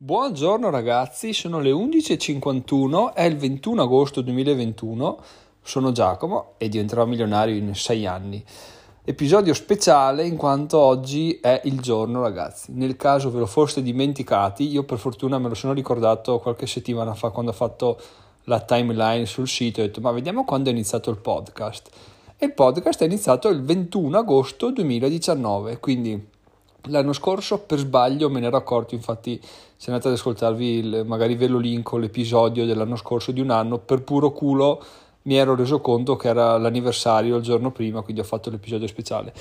Buongiorno ragazzi, sono le 11.51, è il 21 agosto 2021, sono Giacomo e diventerò milionario in 6 anni. Episodio speciale in quanto oggi è il giorno ragazzi, nel caso ve lo foste dimenticati, io per fortuna me lo sono ricordato qualche settimana fa quando ho fatto la timeline sul sito, ho detto ma vediamo quando è iniziato il podcast. E il podcast è iniziato il 21 agosto 2019, quindi l'anno scorso per sbaglio me ne ero accorto, infatti se andate ad ascoltarvi magari ve lo linko l'episodio dell'anno scorso di un anno, per puro culo mi ero reso conto che era l'anniversario il giorno prima, quindi ho fatto l'episodio speciale.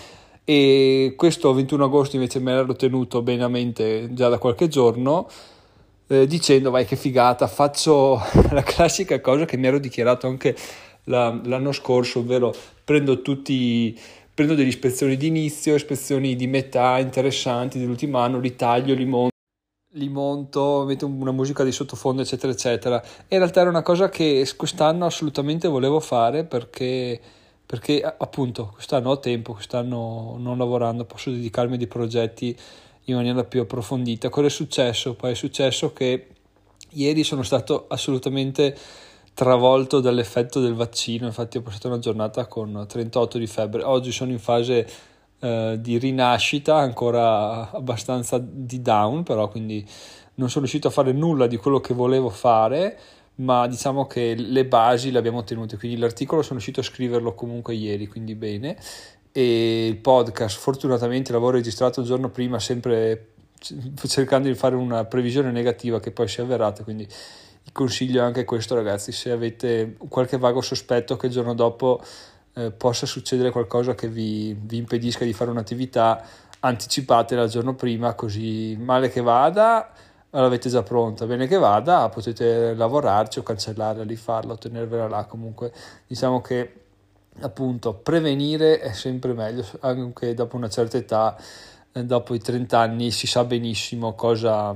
E questo 21 agosto invece me l'ero tenuto bene a mente già da qualche giorno, dicendo vai che figata, faccio la classica cosa che mi ero dichiarato anche l'anno scorso, ovvero prendo delle ispezioni di inizio, ispezioni di metà interessanti dell'ultimo anno, li taglio, li monto, metto una musica di sottofondo eccetera eccetera. E in realtà era una cosa che quest'anno assolutamente volevo fare perché appunto quest'anno ho tempo, quest'anno non lavorando posso dedicarmi a dei progetti in maniera più approfondita. Cosa è successo? Poi è successo che ieri sono stato assolutamente travolto dall'effetto del vaccino, infatti ho passato una giornata con 38 di febbre, oggi sono in fase di rinascita, ancora abbastanza di down, però quindi non sono riuscito a fare nulla di quello che volevo fare, ma diciamo che le basi le abbiamo tenute, quindi l'articolo sono riuscito a scriverlo comunque ieri, quindi bene, e il podcast fortunatamente l'avevo registrato il giorno prima, sempre cercando di fare una previsione negativa che poi si è avverata, quindi il consiglio è anche questo ragazzi, se avete qualche vago sospetto che il giorno dopo possa succedere qualcosa che vi impedisca di fare un'attività, anticipatela il giorno prima, così male che vada l'avete già pronta, bene che vada potete lavorarci o cancellarla, rifarla o tenervela là. Comunque diciamo che appunto prevenire è sempre meglio, anche dopo una certa età, dopo i 30 anni si sa benissimo cosa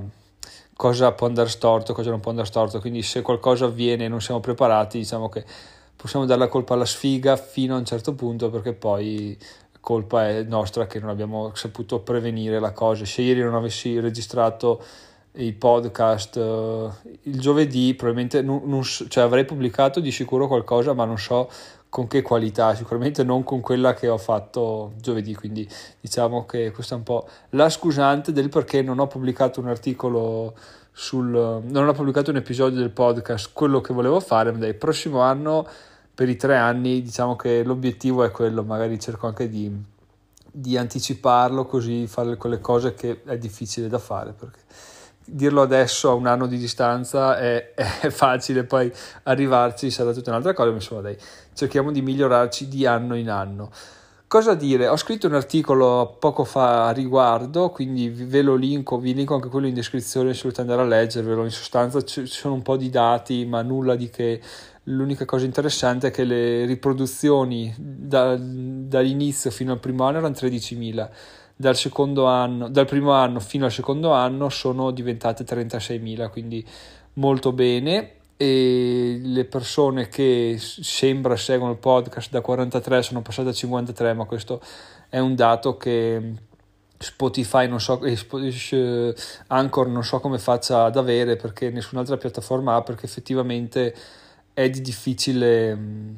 può andare storto, cosa non può andare storto, quindi se qualcosa avviene e non siamo preparati diciamo che possiamo dare la colpa alla sfiga fino a un certo punto, perché poi la colpa è nostra che non abbiamo saputo prevenire la cosa. Se ieri non avessi registrato i podcast il giovedì probabilmente cioè avrei pubblicato di sicuro qualcosa, ma non so con che qualità, sicuramente non con quella che ho fatto giovedì, quindi diciamo che questa è un po' la scusante del perché non ho pubblicato un articolo non ho pubblicato un episodio del podcast, quello che volevo fare, ma dai, prossimo anno per i 3 anni diciamo che l'obiettivo è quello, magari cerco anche di anticiparlo, così fare quelle cose che è difficile da fare, perché dirlo adesso a un anno di distanza è facile, poi arrivarci sarà tutta un'altra cosa, ma insomma dai, cerchiamo di migliorarci di anno in anno. Cosa dire? Ho scritto un articolo poco fa a riguardo, quindi vi linko anche quello in descrizione se volete andare a leggervelo. In sostanza ci sono un po' di dati, ma nulla di che. L'unica cosa interessante è che le riproduzioni dall'inizio fino al primo anno erano 13.000, dal primo anno fino al secondo anno sono diventate 36.000, quindi molto bene. E le persone che sembra seguono il podcast da 43 sono passate a 53, ma questo è un dato che Spotify non so, Anchor non so come faccia ad avere, perché nessun'altra piattaforma ha, perché effettivamente è difficile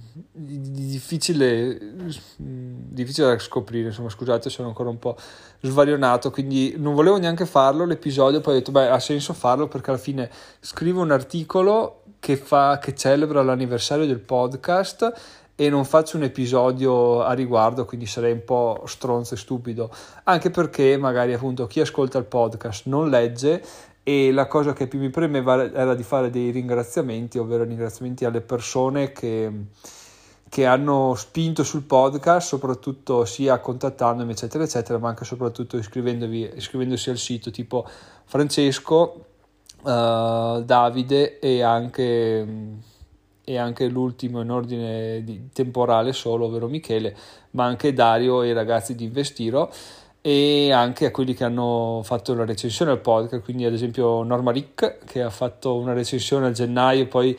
da scoprire. Insomma, scusate, sono ancora un po' svarionato, quindi non volevo neanche farlo l'episodio, poi ho detto beh, ha senso farlo perché alla fine scrivo un articolo che celebra l'anniversario del podcast e non faccio un episodio a riguardo, quindi sarei un po' stronzo e stupido, anche perché magari appunto chi ascolta il podcast non legge, e la cosa che più mi premeva era di fare dei ringraziamenti, ovvero ringraziamenti alle persone che hanno spinto sul podcast, soprattutto sia contattandomi eccetera eccetera, ma anche soprattutto iscrivendosi al sito, tipo Francesco, Davide e anche l'ultimo in ordine temporale solo, ovvero Michele, ma anche Dario e i ragazzi di Investiro, e anche a quelli che hanno fatto la recensione al podcast, quindi ad esempio Norma Rick che ha fatto una recensione a gennaio, poi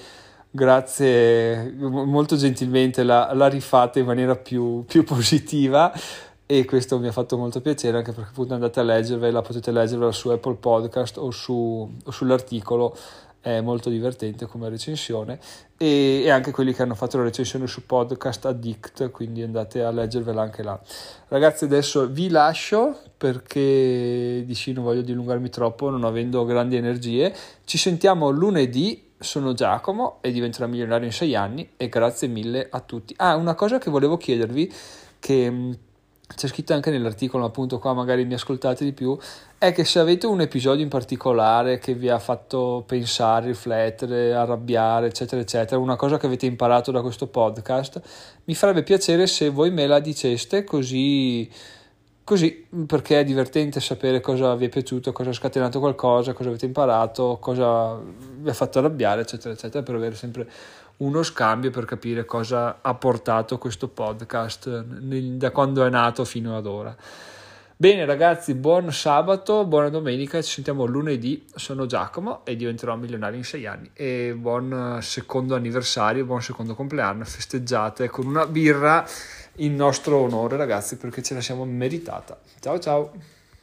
grazie molto gentilmente l'ha rifatta in maniera più positiva, e questo mi ha fatto molto piacere, anche perché appunto andate a leggervela, potete leggervela su Apple Podcast o sull'articolo, è molto divertente come recensione, e anche quelli che hanno fatto la recensione su Podcast Addict, quindi andate a leggervela anche là. Ragazzi, adesso vi lascio perché dici non voglio dilungarmi troppo, non avendo grandi energie. Ci sentiamo lunedì. Sono Giacomo e diventerò milionario in 6 anni, e grazie mille a tutti. Una cosa che volevo chiedervi, che c'è scritto anche nell'articolo, appunto qua magari mi ascoltate di più, è che se avete un episodio in particolare che vi ha fatto pensare, riflettere, arrabbiare, eccetera eccetera, una cosa che avete imparato da questo podcast, mi farebbe piacere se voi me la diceste, così perché è divertente sapere cosa vi è piaciuto, cosa ha scatenato qualcosa, cosa avete imparato, cosa vi ha fatto arrabbiare, eccetera eccetera, per avere sempre uno scambio, per capire cosa ha portato questo podcast da quando è nato fino ad ora. Bene ragazzi, buon sabato, buona domenica, ci sentiamo lunedì. Sono Giacomo e diventerò milionario in 6 anni, e buon secondo anniversario, buon secondo compleanno, festeggiate con una birra in nostro onore ragazzi, perché ce la siamo meritata. Ciao ciao.